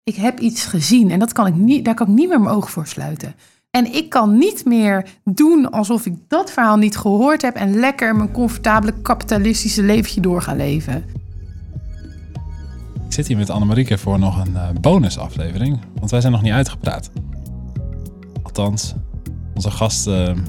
ik heb iets gezien en daar kan ik niet meer mijn ogen voor sluiten. En ik kan niet meer doen alsof ik dat verhaal niet gehoord heb en lekker mijn comfortabele kapitalistische leventje door gaan leven. Ik zit hier met Annemarieke voor nog een bonusaflevering, want wij zijn nog niet uitgepraat. Althans, onze gasten,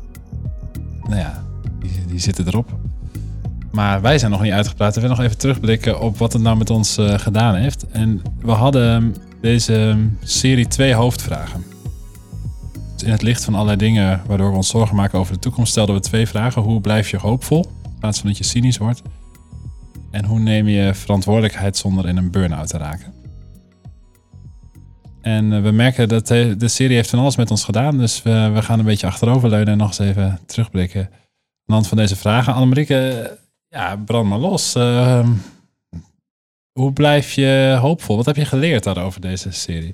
die zitten erop. Maar wij zijn nog niet uitgepraat. We willen nog even terugblikken op wat het nou met ons gedaan heeft. En we hadden deze serie 2 hoofdvragen. Dus in het licht van allerlei dingen waardoor we ons zorgen maken over de toekomst, stelden we 2 vragen. Hoe blijf je hoopvol, in plaats van dat je cynisch wordt? En hoe neem je verantwoordelijkheid zonder in een burn-out te raken? En we merken dat de serie heeft van alles met ons gedaan. Dus we gaan een beetje achteroverleunen en nog eens even terugblikken. Aan de hand van deze vragen. Annemarieke, brand maar los. Hoe blijf je hoopvol? Wat heb je geleerd daarover deze serie?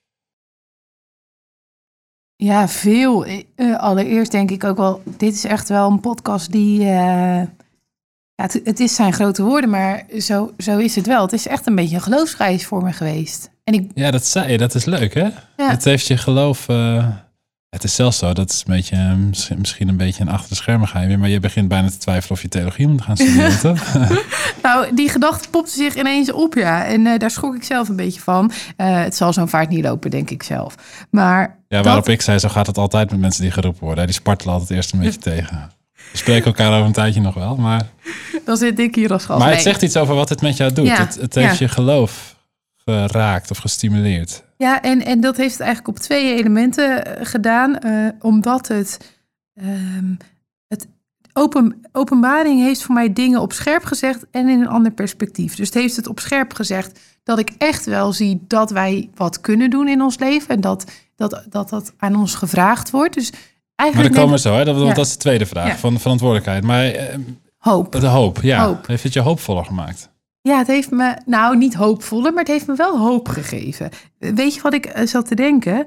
Ja, veel. Allereerst denk ik ook wel, dit is echt wel een podcast die... het is zijn grote woorden, maar zo is het wel. Het is echt een beetje een geloofsreis voor me geweest. Ja, dat zei je. Dat is leuk, hè? Ja. Het heeft je geloof... Het is zelfs zo, dat is een beetje, misschien een beetje een achter de schermen geheim, maar je begint bijna te twijfelen of je theologie moet gaan studeren, toch? Nou, die gedachte popte zich ineens op, ja. En daar schrok ik zelf een beetje van. Het zal zo'n vaart niet lopen, denk ik zelf. Maar ja, waarop ik zei, zo gaat het altijd met mensen die geroepen worden. Die spartelen altijd eerst een beetje tegen. We spreken elkaar over een tijdje nog wel, maar... Dan zit ik hier als gast. Maar het zegt iets over wat het met jou doet. Ja, het heeft je geloof geraakt of gestimuleerd. Ja, en dat heeft het eigenlijk op 2 elementen gedaan. Omdat openbaring heeft voor mij dingen op scherp gezegd en in een ander perspectief. Dus het heeft het op scherp gezegd dat ik echt wel zie dat wij wat kunnen doen in ons leven. En dat aan ons gevraagd wordt. Dus eigenlijk maar dan komen we zo, hè? Dat is de tweede vraag van verantwoordelijkheid. Maar hoop. De hoop, ja. Hoop. Heeft het je hoopvoller gemaakt? Ja, het heeft me, nou niet hoopvoller, maar het heeft me wel hoop gegeven. Weet je wat ik zat te denken?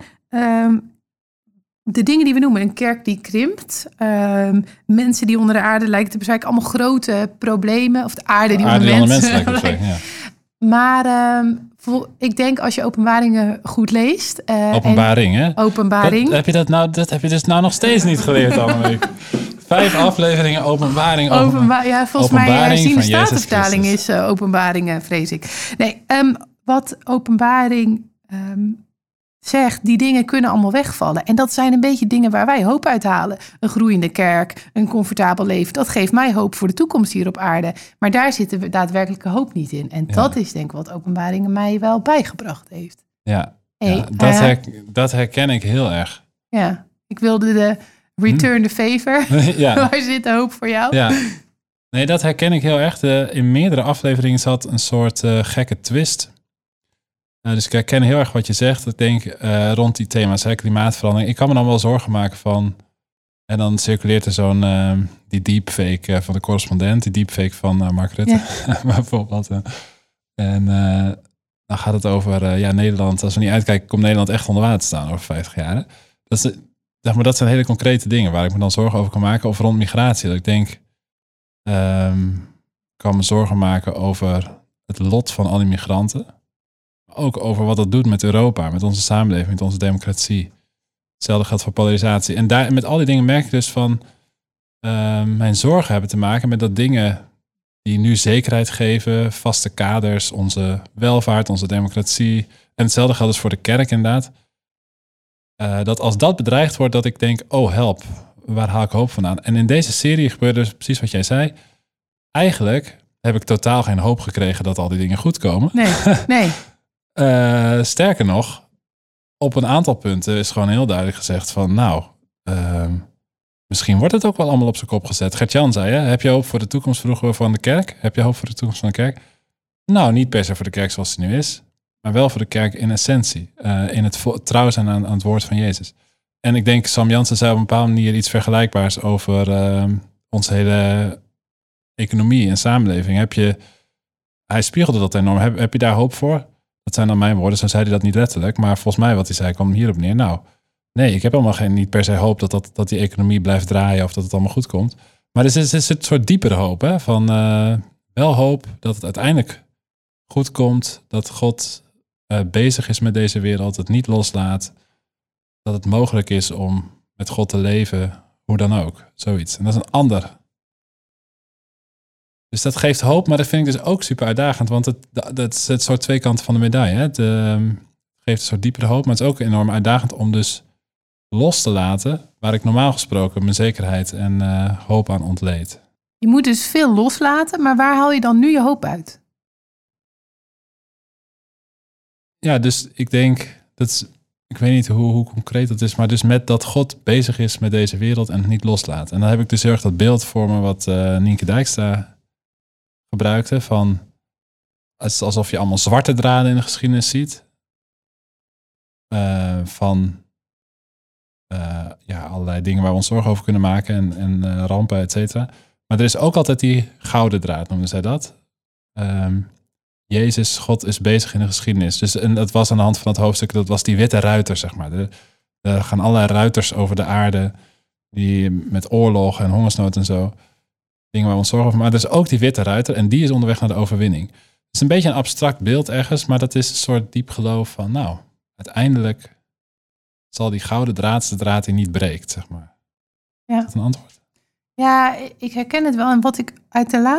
De dingen die we noemen, een kerk die krimpt. Mensen die onder de aarde lijken te bezwijken. Allemaal grote problemen. Of de aarde die onder mensen lijkt te bezwijken, ja. Maar ik denk als je Openbaringen goed leest. Openbaring, hè? Openbaring. Dat heb je dus nou nog steeds niet geleerd, Annemiek. 5 afleveringen Openbaring. Volgens mij zien de Statenvertaling is Openbaringen, vrees ik. Nee, wat Openbaring zegt, die dingen kunnen allemaal wegvallen. En dat zijn een beetje dingen waar wij hoop uit halen. Een groeiende kerk, een comfortabel leven. Dat geeft mij hoop voor de toekomst hier op aarde. Maar daar zit de daadwerkelijke hoop niet in. En dat is denk ik wat Openbaringen mij wel bijgebracht heeft. Ja, dat herken ik heel erg. Ja, ik wilde de return the favor. Waar zit de hoop voor jou? Ja. Nee, dat herken ik heel erg. In meerdere afleveringen zat een soort gekke twist. Dus ik herken heel erg wat je zegt. Ik denk rond die thema's, klimaatverandering. Ik kan me dan wel zorgen maken van... En dan circuleert er zo'n die deepfake van de correspondent. Die deepfake van Mark Rutte, bijvoorbeeld. En dan gaat het over Nederland. Als we niet uitkijken, komt Nederland echt onder water te staan over 50 jaar. Dat zijn hele concrete dingen waar ik me dan zorgen over kan maken. Of rond migratie. Dat ik denk, ik kan me zorgen maken over het lot van al die migranten. Ook over wat dat doet met Europa, met onze samenleving, met onze democratie. Hetzelfde geldt voor polarisatie. En met al die dingen merk ik dus van... mijn zorgen hebben te maken met dat dingen die nu zekerheid geven, vaste kaders, onze welvaart, onze democratie. En hetzelfde geldt dus voor de kerk inderdaad. Dat als dat bedreigd wordt, dat ik denk, oh help, waar haal ik hoop vandaan? En in deze serie gebeurde dus precies wat jij zei. Eigenlijk heb ik totaal geen hoop gekregen dat al die dingen goed komen. Nee. Sterker nog, op een aantal punten is gewoon heel duidelijk gezegd van misschien wordt het ook wel allemaal op zijn kop gezet. Gert-Jan zei, heb je hoop voor de toekomst vroeger van de kerk? Heb je hoop voor de toekomst van de kerk? Nou, niet per se voor de kerk zoals die nu is, maar wel voor de kerk in essentie. In het trouw zijn aan het woord van Jezus. En ik denk, Sam Jansen zei op een bepaalde manier iets vergelijkbaars over onze hele economie en samenleving. Hij spiegelde dat enorm. Heb je daar hoop voor? Dat zijn dan mijn woorden. Zo zei hij dat niet letterlijk. Maar volgens mij wat hij zei kwam hierop neer. Nou, nee, ik heb helemaal niet per se hoop dat die economie blijft draaien of dat het allemaal goed komt. Maar er is een soort diepere hoop. Hè? Van wel hoop dat het uiteindelijk goed komt. Dat God bezig is met deze wereld, het niet loslaat, dat het mogelijk is om met God te leven, hoe dan ook. Zoiets. En dat is een ander. Dus dat geeft hoop, maar dat vind ik dus ook super uitdagend, want dat is het soort twee kanten van de medaille. Hè? Het geeft een soort diepere hoop, maar het is ook enorm uitdagend om dus los te laten, waar ik normaal gesproken mijn zekerheid en hoop aan ontleed. Je moet dus veel loslaten, maar waar haal je dan nu je hoop uit? Ja, dus ik denk, ik weet niet hoe concreet dat is, maar dus met dat God bezig is met deze wereld en het niet loslaat. En dan heb ik dus heel erg dat beeld voor me wat Nienke Dijkstra gebruikte, van het is alsof je allemaal zwarte draden in de geschiedenis ziet. Van allerlei dingen waar we ons zorgen over kunnen maken en rampen, et cetera. Maar er is ook altijd die gouden draad, noemden zij dat. Jezus, God is bezig in de geschiedenis. Dus, en dat was aan de hand van het hoofdstuk, dat was die witte ruiter, zeg maar. Er gaan allerlei ruiters over de aarde, die met oorlog en hongersnood en zo, dingen waar we ons zorgen over. Maar er is ook die witte ruiter en die is onderweg naar de overwinning. Het is een beetje een abstract beeld ergens, maar dat is een soort diep geloof van, nou, uiteindelijk zal die gouden draad de draad die niet breekt, zeg maar. Ja. Is dat een antwoord? Ja, ik herken het wel. En wat ik uit de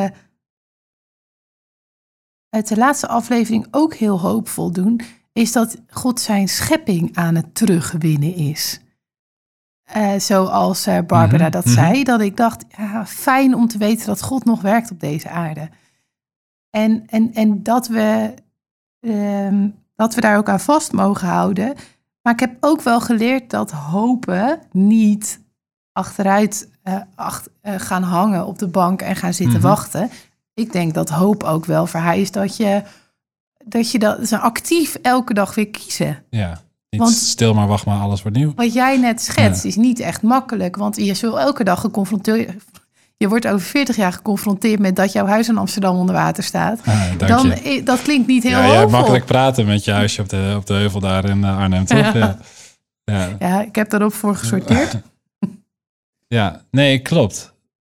laatste aflevering ook heel hoopvol doen, is dat God zijn schepping aan het terugwinnen is. Zoals Barbara dat zei, dat ik dacht, ja, fijn om te weten dat God nog werkt op deze aarde. En dat we daar ook aan vast mogen houden. Maar ik heb ook wel geleerd dat hopen niet achteruit gaan hangen op de bank en gaan zitten wachten. Ik denk dat hoop ook wel vereist dat je dat actief elke dag weer kiezen. Ja, niet stil maar wacht maar, alles wordt nieuw. Wat jij net schetst is niet echt makkelijk, want je zult elke dag geconfronteerd. Je wordt over 40 jaar geconfronteerd met dat jouw huis in Amsterdam onder water staat. Dat klinkt niet heel hoopvol. Ja, makkelijk praten met je huisje op de heuvel daar in Arnhem, toch? Ja, ik heb daarop voor gesorteerd. Ja, nee, klopt.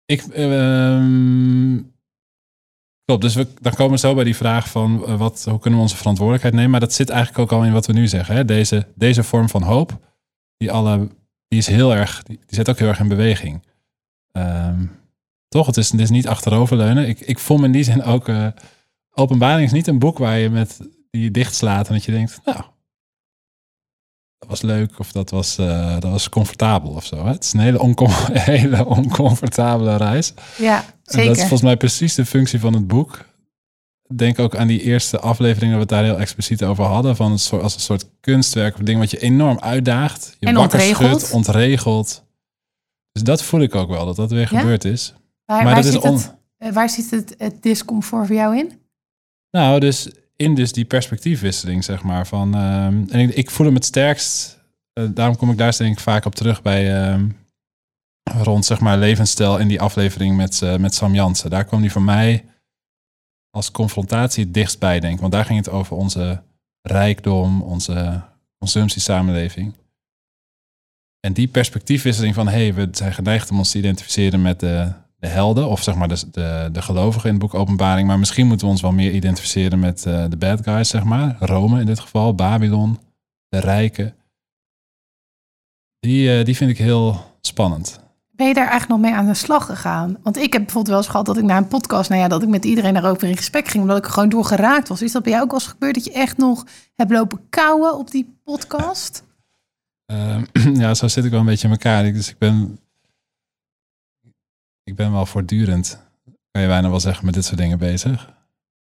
Klopt, dus dan komen we zo bij die vraag van hoe kunnen we onze verantwoordelijkheid nemen? Maar dat zit eigenlijk ook al in wat we nu zeggen. Hè? Deze vorm van hoop, die is heel erg, die zit ook heel erg in beweging. Toch? Het is niet achteroverleunen. Ik voel me in die zin ook, Openbaring is niet een boek waar je die dichtslaat en dat je denkt, nou, dat was leuk of dat was comfortabel of zo. Hè? Het is een hele oncomfortabele reis. Ja, zeker. En dat is volgens mij precies de functie van het boek. Denk ook aan die eerste aflevering dat we het daar heel expliciet over hadden. Van als een soort kunstwerk of ding wat je enorm uitdaagt. Je en wakker schudt, ontregelt. Dus dat voel ik ook wel, dat weer gebeurd is. Waar zit het discomfort voor jou in? Nou, dus in die perspectiefwisseling, zeg maar. En ik voel hem het sterkst. Daarom kom ik daar denk ik vaak op terug bij rond, zeg maar, levensstijl in die aflevering met Sam Jansen. Daar kwam die voor mij als confrontatie het dichtst bij, denk ik. Want daar ging het over onze rijkdom, onze consumptiesamenleving. En die perspectiefwisseling van, we zijn geneigd om ons te identificeren met de helden, of zeg maar de gelovigen in het boek Openbaring. Maar misschien moeten we ons wel meer identificeren met de bad guys, zeg maar. Rome in dit geval, Babylon, de rijken. Die vind ik heel spannend. Ben je daar eigenlijk nog mee aan de slag gegaan? Want ik heb bijvoorbeeld wel eens gehad dat ik na een podcast, dat ik met iedereen daarover in gesprek ging, omdat ik er gewoon door geraakt was. Is dat bij jou ook al eens gebeurd dat je echt nog hebt lopen kauwen op die podcast? Ja, zo zit ik wel een beetje in elkaar. Dus ik ben wel voortdurend, kan je bijna wel zeggen, met dit soort dingen bezig.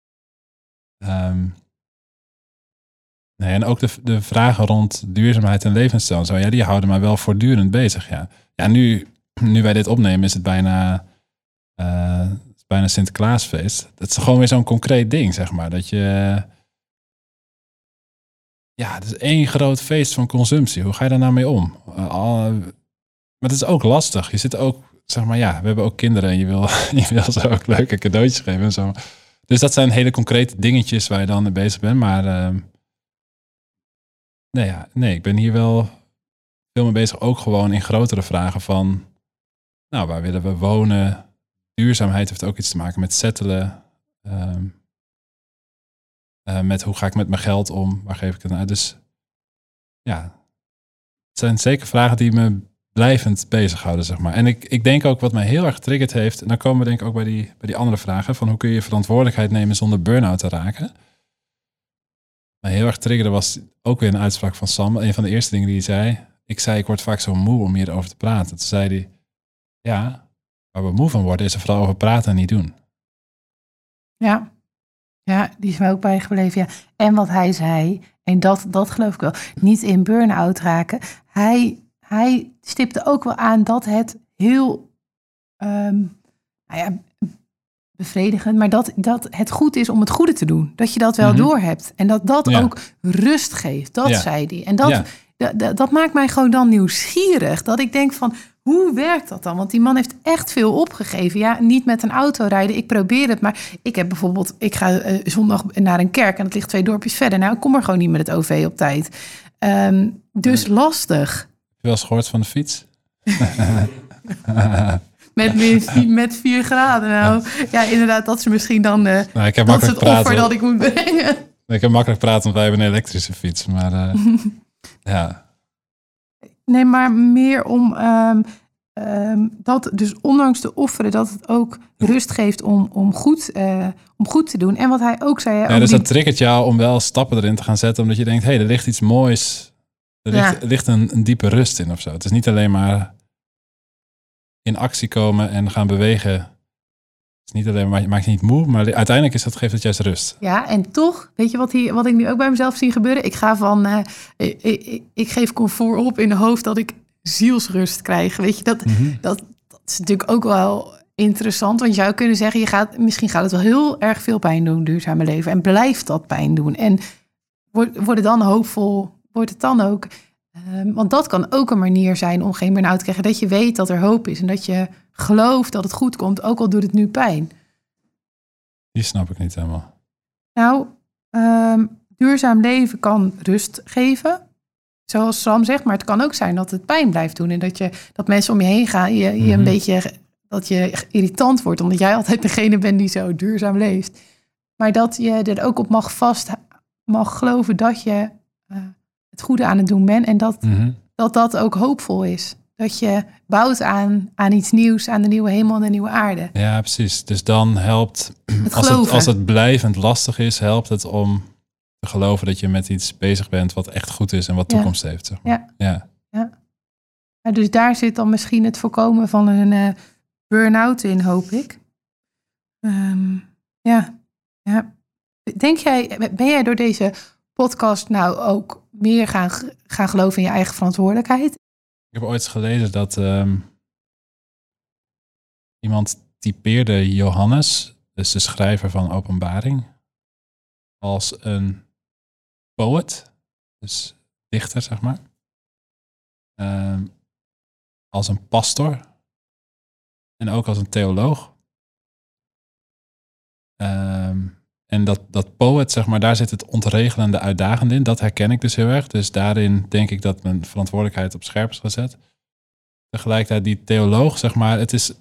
En ook de vragen rond duurzaamheid en levensstijl, zo, die houden mij wel voortdurend bezig. Ja, nu wij dit opnemen is het bijna Sinterklaasfeest. Het is gewoon weer zo'n concreet ding, zeg maar. Dat je... Ja, het is één groot feest van consumptie. Hoe ga je daar nou mee om? Maar het is ook lastig. Je zit ook, zeg maar, we hebben ook kinderen en je wil ze ook leuke cadeautjes geven en zo. Dus dat zijn hele concrete dingetjes waar je dan mee bezig bent. Maar nee, ik ben hier wel veel mee bezig. Ook gewoon in grotere vragen van, nou, waar willen we wonen? Duurzaamheid heeft ook iets te maken met settelen. Met hoe ga ik met mijn geld om? Waar geef ik het aan? Dus ja, het zijn zeker vragen die me blijvend bezighouden, zeg maar. En ik denk ook wat mij heel erg getriggerd heeft, en dan komen we denk ik ook bij die andere vragen, van hoe kun je verantwoordelijkheid nemen zonder burn-out te raken? Mij heel erg triggerde was ook weer een uitspraak van Sam. Een van de eerste dingen die hij zei. Ik word vaak zo moe om hierover te praten. Toen zei hij, ja, waar we moe van worden is er vooral over praten en niet doen. Ja, die is mij ook bijgebleven. Ja. En wat hij zei, en dat geloof ik wel, niet in burn-out raken. Hij stipte ook wel aan dat het heel bevredigend, maar dat het goed is om het goede te doen. Dat je dat wel doorhebt. En dat ook rust geeft. Dat zei hij. En dat maakt mij gewoon dan nieuwsgierig. Dat ik denk van, hoe werkt dat dan? Want die man heeft echt veel opgegeven. Ja, niet met een auto rijden. Ik probeer het, maar ik heb bijvoorbeeld, ik ga zondag naar een kerk en het ligt 2 dorpjes verder. Nou, ik kom er gewoon niet met het OV op tijd. Dus lastig. Heb je wel eens gehoord van de fiets? Met 4 graden. Nou, ja, inderdaad, dat is misschien dan ik heb dat is het offer dat ik moet brengen. Ik heb makkelijk praten, want wij hebben een elektrische fiets. Maar ja. Nee, maar meer om dat, dus ondanks de offeren, dat het ook rust geeft om goed te doen. En wat hij ook zei. Ja, dus dat triggert jou om wel stappen erin te gaan zetten, omdat je denkt, er ligt iets moois. Er ligt een diepe rust in of zo. Het is niet alleen maar in actie komen en gaan bewegen. Het is niet alleen maar, maakt je niet moe, maar uiteindelijk geeft het juist rust. Ja, en toch, weet je wat ik nu ook bij mezelf zie gebeuren? Ik ga van, ik geef comfort op in de hoofd dat ik zielsrust krijg. Weet je, dat is natuurlijk ook wel interessant. Want je zou kunnen zeggen, misschien gaat het wel heel erg veel pijn doen, duurzame leven. En blijft dat pijn doen. En wordt het dan hoopvol, wordt het dan ook... want dat kan ook een manier zijn om geen burn-out te krijgen. Dat je weet dat er hoop is en dat je gelooft dat het goed komt, ook al doet het nu pijn. Die snap ik niet helemaal. Nou, duurzaam leven kan rust geven, zoals Sam zegt. Maar het kan ook zijn dat het pijn blijft doen. En dat mensen om je heen gaan, je een beetje, dat je irritant wordt. Omdat jij altijd degene bent die zo duurzaam leeft. Maar dat je er ook op mag geloven dat je het goede aan het doen bent. En dat ook hoopvol is. Dat je bouwt aan iets nieuws, aan de nieuwe hemel en de nieuwe aarde. Ja, precies. Dus dan helpt, als het blijvend lastig is, helpt het om te geloven dat je met iets bezig bent wat echt goed is en wat toekomst heeft. Zeg maar. Ja. Dus daar zit dan misschien het voorkomen van een burn-out in, hoop ik. Denk jij, ben jij door deze podcast nou ook meer gaan geloven in je eigen verantwoordelijkheid? Ik heb ooit gelezen dat iemand typeerde Johannes, dus de schrijver van Openbaring, als een poet, dus dichter, zeg maar. Als een pastor en ook als een theoloog. En dat poet, zeg maar, daar zit het ontregelende uitdagende in. Dat herken ik dus heel erg. Dus daarin denk ik dat mijn verantwoordelijkheid op scherp is gezet. Tegelijkertijd die theoloog, zeg maar, het is...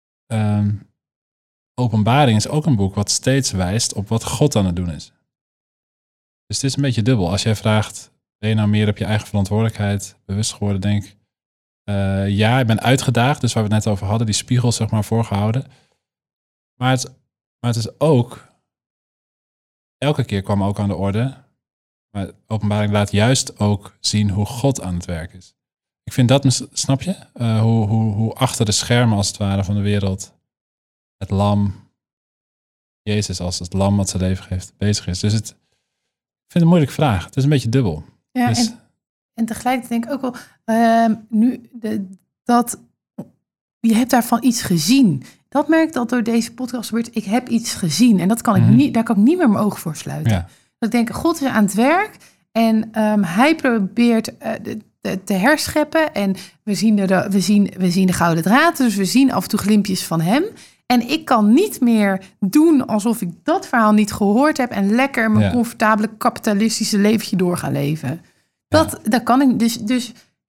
Openbaring is ook een boek wat steeds wijst op wat God aan het doen is. Dus het is een beetje dubbel. Als jij vraagt, ben je nou meer op je eigen verantwoordelijkheid bewust geworden, denk ik. Ja, ik ben uitgedaagd, dus waar we het net over hadden, die spiegel, zeg maar, voorgehouden. Maar het is ook... Elke keer kwam ook aan de orde. Maar Openbaring laat juist ook zien hoe God aan het werk is. Ik vind dat, snap je? Hoe achter de schermen als het ware van de wereld het lam, Jezus als het lam wat zijn leven geeft, bezig is. Dus ik vind het een moeilijke vraag. Het is een beetje dubbel. Ja, dus... en tegelijkertijd denk ik ook wel, dat je hebt daarvan iets gezien. Dat merk ik dat door deze podcast gebeurt. Ik heb iets gezien en dat kan ik niet, daar kan ik niet meer mijn ogen voor sluiten. Ja. Dat ik denk, God is aan het werk en hij probeert te herscheppen en we zien de gouden draad, dus we zien af en toe glimpjes van hem. En ik kan niet meer doen alsof ik dat verhaal niet gehoord heb en lekker mijn comfortabele kapitalistische leventje door gaan leven. Dat kan ik. Dus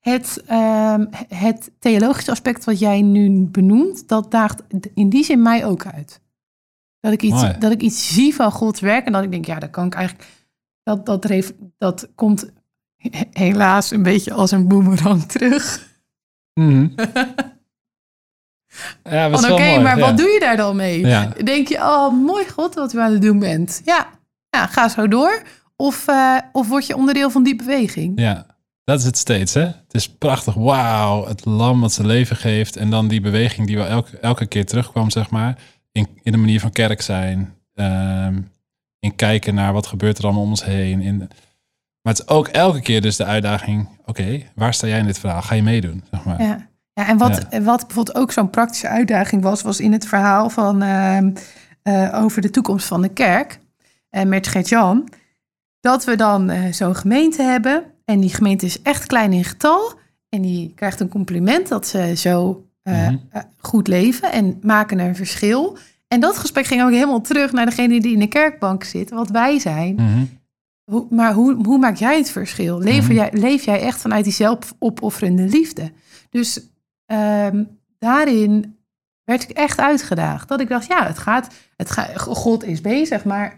het theologische aspect wat jij nu benoemt, dat daagt in die zin mij ook uit. Dat ik iets zie van Gods werk en dat ik denk, ja, dat kan ik eigenlijk... Dat komt helaas een beetje als een boemerang terug. Mm. Ja, Oké, maar wat doe je daar dan mee? Ja. Denk je, oh, mooi God, wat u aan het doen bent. Ja, ga zo door. Of word je onderdeel van die beweging? Ja, dat is het steeds, hè? Het is prachtig. Wauw, het lam wat zijn leven geeft. En dan die beweging die wel elke keer terugkwam, zeg maar. In de manier van kerk zijn. In kijken naar wat gebeurt er allemaal om ons heen. Maar het is ook elke keer dus de uitdaging. Oké, waar sta jij in dit verhaal? Ga je meedoen, zeg maar. Ja, en wat bijvoorbeeld ook zo'n praktische uitdaging was in het verhaal van over de toekomst van de kerk. Met Gert-Jan. Dat we dan zo'n gemeente hebben. En die gemeente is echt klein in getal. En die krijgt een compliment dat ze zo goed leven. En maken een verschil. En dat gesprek ging ook helemaal terug naar degene die in de kerkbank zit. Wat wij zijn. Mm-hmm. Maar hoe maak jij het verschil? Leef jij echt vanuit die zelfopofferende liefde? Dus daarin werd ik echt uitgedaagd. Dat ik dacht, ja, het gaat God is bezig. Maar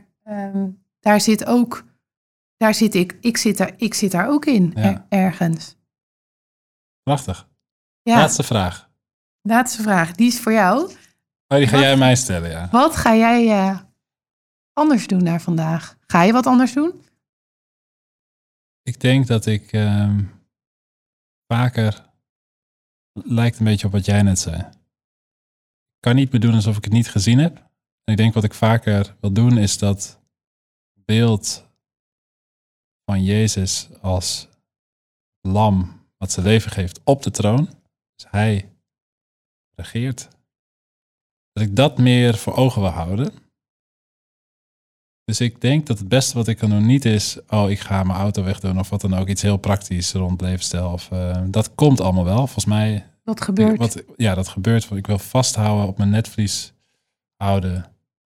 ik zit daar ook in, ergens. Prachtig. Ja. Laatste vraag, die is voor jou. Oh, die ga jij mij stellen, ja. Wat ga jij anders doen naar vandaag? Ga je wat anders doen? Ik denk dat ik vaker... lijkt een beetje op wat jij net zei. Ik kan niet meer doen alsof ik het niet gezien heb. En ik denk wat ik vaker wil doen is dat beeld van Jezus als lam wat zijn leven geeft op de troon. Dus hij regeert. Dat ik dat meer voor ogen wil houden. Dus ik denk dat het beste wat ik kan doen niet is... ik ga mijn auto wegdoen of wat dan ook. Iets heel praktisch rond levensstijl. Of, dat komt allemaal wel. Volgens mij... Dat gebeurt. Dat gebeurt. Ik wil vasthouden op mijn netvlies houden.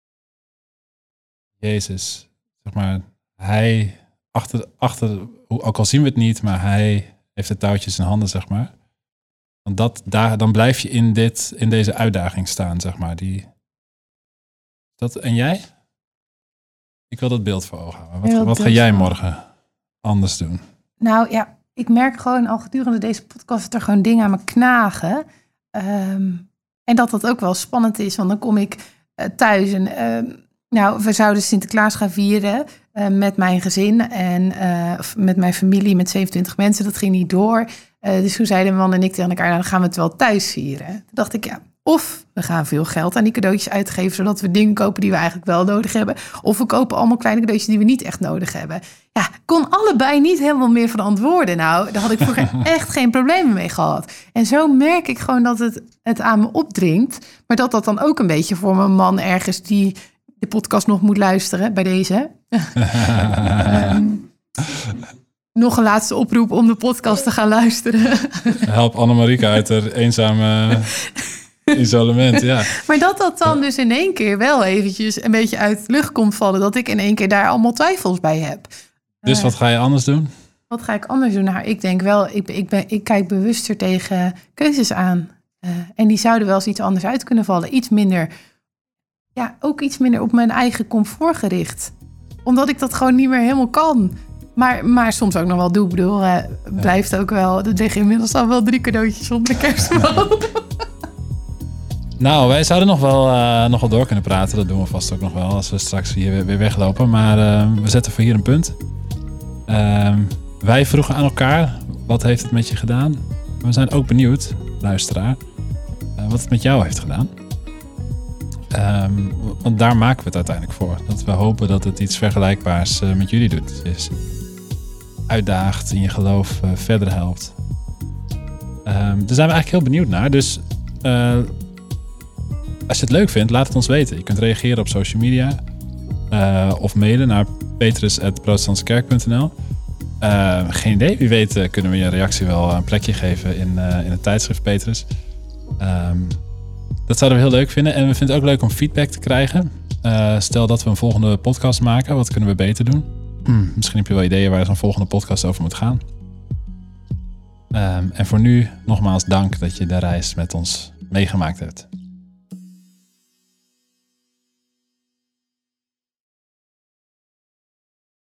Jezus. Zeg maar, hij... Achter, ook al zien we het niet, maar hij heeft de touwtjes in handen, zeg maar. Want dan blijf je in deze uitdaging staan, zeg maar. En jij? Ik wil dat beeld voor ogen houden. Wat ga jij morgen anders doen? Nou ja, ik merk gewoon al gedurende deze podcast dat er gewoon dingen aan me knagen. En dat ook wel spannend is, want dan kom ik thuis en... we zouden Sinterklaas gaan vieren met mijn gezin en met mijn familie met 27 mensen. Dat ging niet door. Dus toen zeiden mijn man en ik tegen elkaar, dan gaan we het wel thuis vieren. Toen dacht ik, ja, of we gaan veel geld aan die cadeautjes uitgeven, zodat we dingen kopen die we eigenlijk wel nodig hebben. Of we kopen allemaal kleine cadeautjes die we niet echt nodig hebben. Ja, ik kon allebei niet helemaal meer verantwoorden. Nou, daar had ik vroeger echt geen problemen mee gehad. En zo merk ik gewoon dat het aan me opdringt. Maar dat dan ook een beetje voor mijn man ergens die de podcast nog moet luisteren bij deze. Nog een laatste oproep om de podcast te gaan luisteren. Help Annemarieke uit haar eenzame isolement, ja. Maar dat dan dus in één keer wel eventjes een beetje uit de lucht komt vallen. Dat ik in één keer daar allemaal twijfels bij heb. Dus wat ga je anders doen? Wat ga ik anders doen? Nou, ik denk wel, ik kijk bewuster tegen keuzes aan. En die zouden wel eens iets anders uit kunnen vallen. Iets minder... Ja, ook iets minder op mijn eigen comfort gericht. Omdat ik dat gewoon niet meer helemaal kan. Maar soms ook nog wel doe. Ik bedoel, blijft ook wel... Er liggen inmiddels al wel 3 cadeautjes op de kerstboom. Nou, wij zouden nog wel door kunnen praten. Dat doen we vast ook nog wel als we straks hier weer weglopen. Maar we zetten voor hier een punt. Wij vroegen aan elkaar, wat heeft het met je gedaan? We zijn ook benieuwd, luisteraar, wat het met jou heeft gedaan. Want daar maken we het uiteindelijk voor. Dat we hopen dat het iets vergelijkbaars met jullie doet. Dus uitdaagt, in je geloof verder helpt. Daar zijn we eigenlijk heel benieuwd naar. Dus als je het leuk vindt, laat het ons weten. Je kunt reageren op social media. Of mailen naar petrus@protestantsekerk.nl. Geen idee. Wie weet kunnen we je reactie wel een plekje geven in het tijdschrift Petrus. Dat zouden we heel leuk vinden. En we vinden het ook leuk om feedback te krijgen. Stel dat we een volgende podcast maken. Wat kunnen we beter doen? Misschien heb je wel ideeën waar zo'n volgende podcast over moet gaan. En voor nu nogmaals dank dat je de reis met ons meegemaakt hebt.